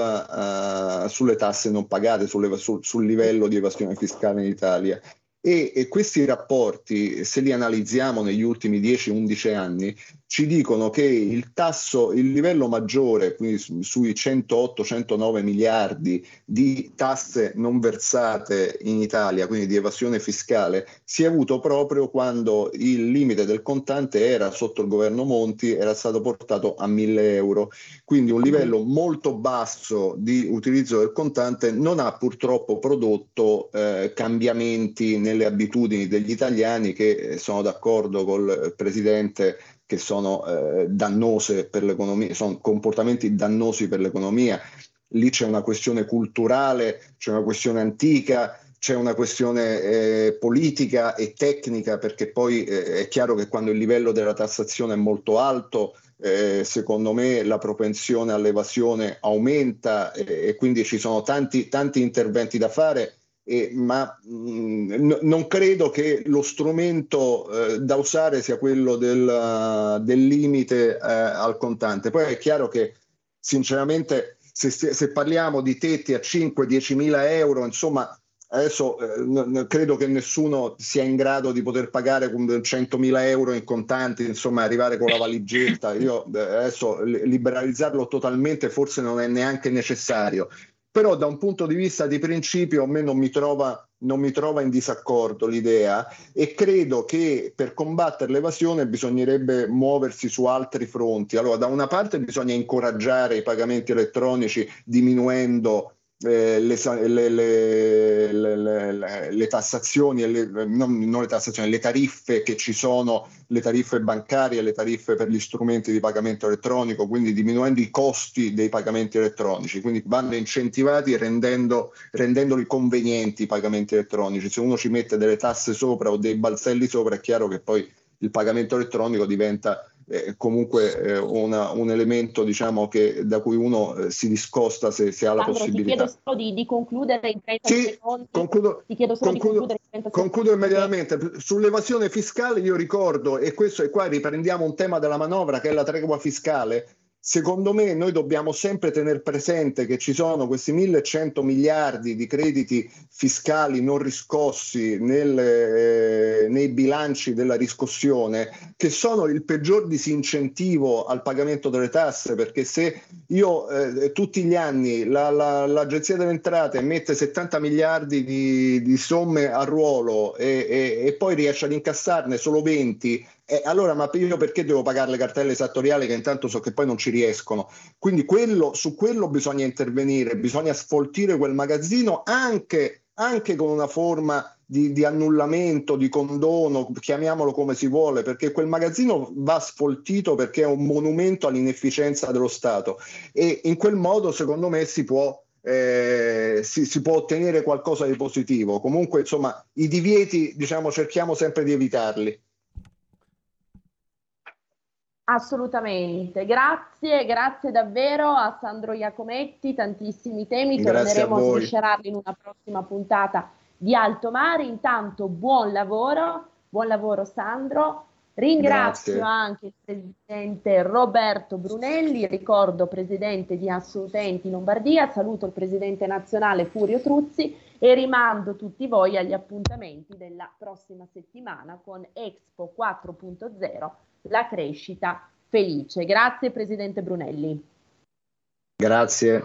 uh, sulle tasse non pagate, sulle, sul, sul livello di evasione fiscale in Italia. E, e questi rapporti, se li analizziamo negli ultimi dieci undici anni, ci dicono che il tasso, il livello maggiore, quindi su, sui centootto centonove miliardi di tasse non versate in Italia, quindi di evasione fiscale, si è avuto proprio quando il limite del contante era sotto il governo Monti, era stato portato a mille euro. Quindi un livello molto basso di utilizzo del contante non ha purtroppo prodotto eh, cambiamenti nelle abitudini degli italiani, che sono d'accordo col Presidente che sono eh, dannose per l'economia, sono comportamenti dannosi per l'economia. Lì c'è una questione culturale, c'è una questione antica, c'è una questione eh, politica e tecnica, perché poi eh, è chiaro che quando il livello della tassazione è molto alto, eh, secondo me la propensione all'evasione aumenta eh, e quindi ci sono tanti, tanti interventi da fare. Eh, ma mh, n- non credo che lo strumento eh, da usare sia quello del, uh, del limite eh, al contante. Poi è chiaro che sinceramente se, se parliamo di tetti a cinque dieci mila euro, insomma adesso eh, n- credo che nessuno sia in grado di poter pagare con centomila euro in contanti, insomma arrivare con la valigetta. Io eh, adesso liberalizzarlo totalmente forse non è neanche necessario. Però da un punto di vista di principio a me non mi trova, non mi trova in disaccordo l'idea, e credo che per combattere l'evasione bisognerebbe muoversi su altri fronti. Allora, da una parte bisogna incoraggiare i pagamenti elettronici diminuendo eh, le, le, le, le, le, le tassazioni, le, non, non le tassazioni, le tariffe che ci sono, le tariffe bancarie, le tariffe per gli strumenti di pagamento elettronico, quindi diminuendo i costi dei pagamenti elettronici, quindi vanno incentivati rendendo, rendendoli convenienti i pagamenti elettronici. Se uno ci mette delle tasse sopra o dei balzelli sopra, è chiaro che poi il pagamento elettronico diventa eh, comunque eh, una, un elemento, diciamo, che da cui uno eh, si discosta se, se ha la Sandro, possibilità. Ti chiedo solo di, di concludere in trenta sì, secondi. Concludo, Ti chiedo solo concludo, di concludere in trenta concludo secondi. immediatamente. Sull'evasione fiscale io ricordo, e questo è qua riprendiamo un tema della manovra che è la tregua fiscale. Secondo me noi dobbiamo sempre tenere presente che ci sono questi millecento miliardi di crediti fiscali non riscossi nel, eh, nei bilanci della riscossione, che sono il peggior disincentivo al pagamento delle tasse, perché se io eh, tutti gli anni la, la, l'Agenzia delle Entrate mette settanta miliardi di, di somme a ruolo e, e, e poi riesce ad incassarne solo venti, Eh, allora, ma io perché devo pagare le cartelle esattoriali che intanto so che poi non ci riescono? Quindi quello, su quello bisogna intervenire, bisogna sfoltire quel magazzino anche, anche con una forma di, di annullamento, di condono, chiamiamolo come si vuole, perché quel magazzino va sfoltito perché è un monumento all'inefficienza dello Stato, e in quel modo secondo me si può Eh, si, si può ottenere qualcosa di positivo. Comunque, insomma, i divieti, diciamo, cerchiamo sempre di evitarli. Assolutamente, grazie, grazie davvero a Sandro Iacometti, tantissimi temi, Grazie torneremo a a voi. sviscerarli in una prossima puntata di Alto Mare. Intanto buon lavoro, buon lavoro Sandro, ringrazio Grazie. anche il presidente Roberto Brunelli, ricordo presidente di Assolutenti Lombardia, saluto il presidente nazionale Furio Truzzi e rimando tutti voi agli appuntamenti della prossima settimana con Expo quattro punto zero. La crescita felice. Grazie Presidente Brunelli. Grazie.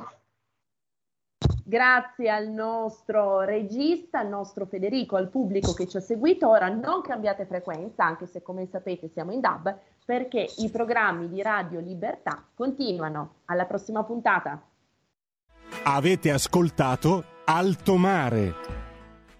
Grazie al nostro regista, al nostro Federico, al pubblico che ci ha seguito. Ora non cambiate frequenza, anche se come sapete siamo in D A B, perché i programmi di Radio Libertà continuano. Alla prossima puntata. Avete ascoltato Alto Mare.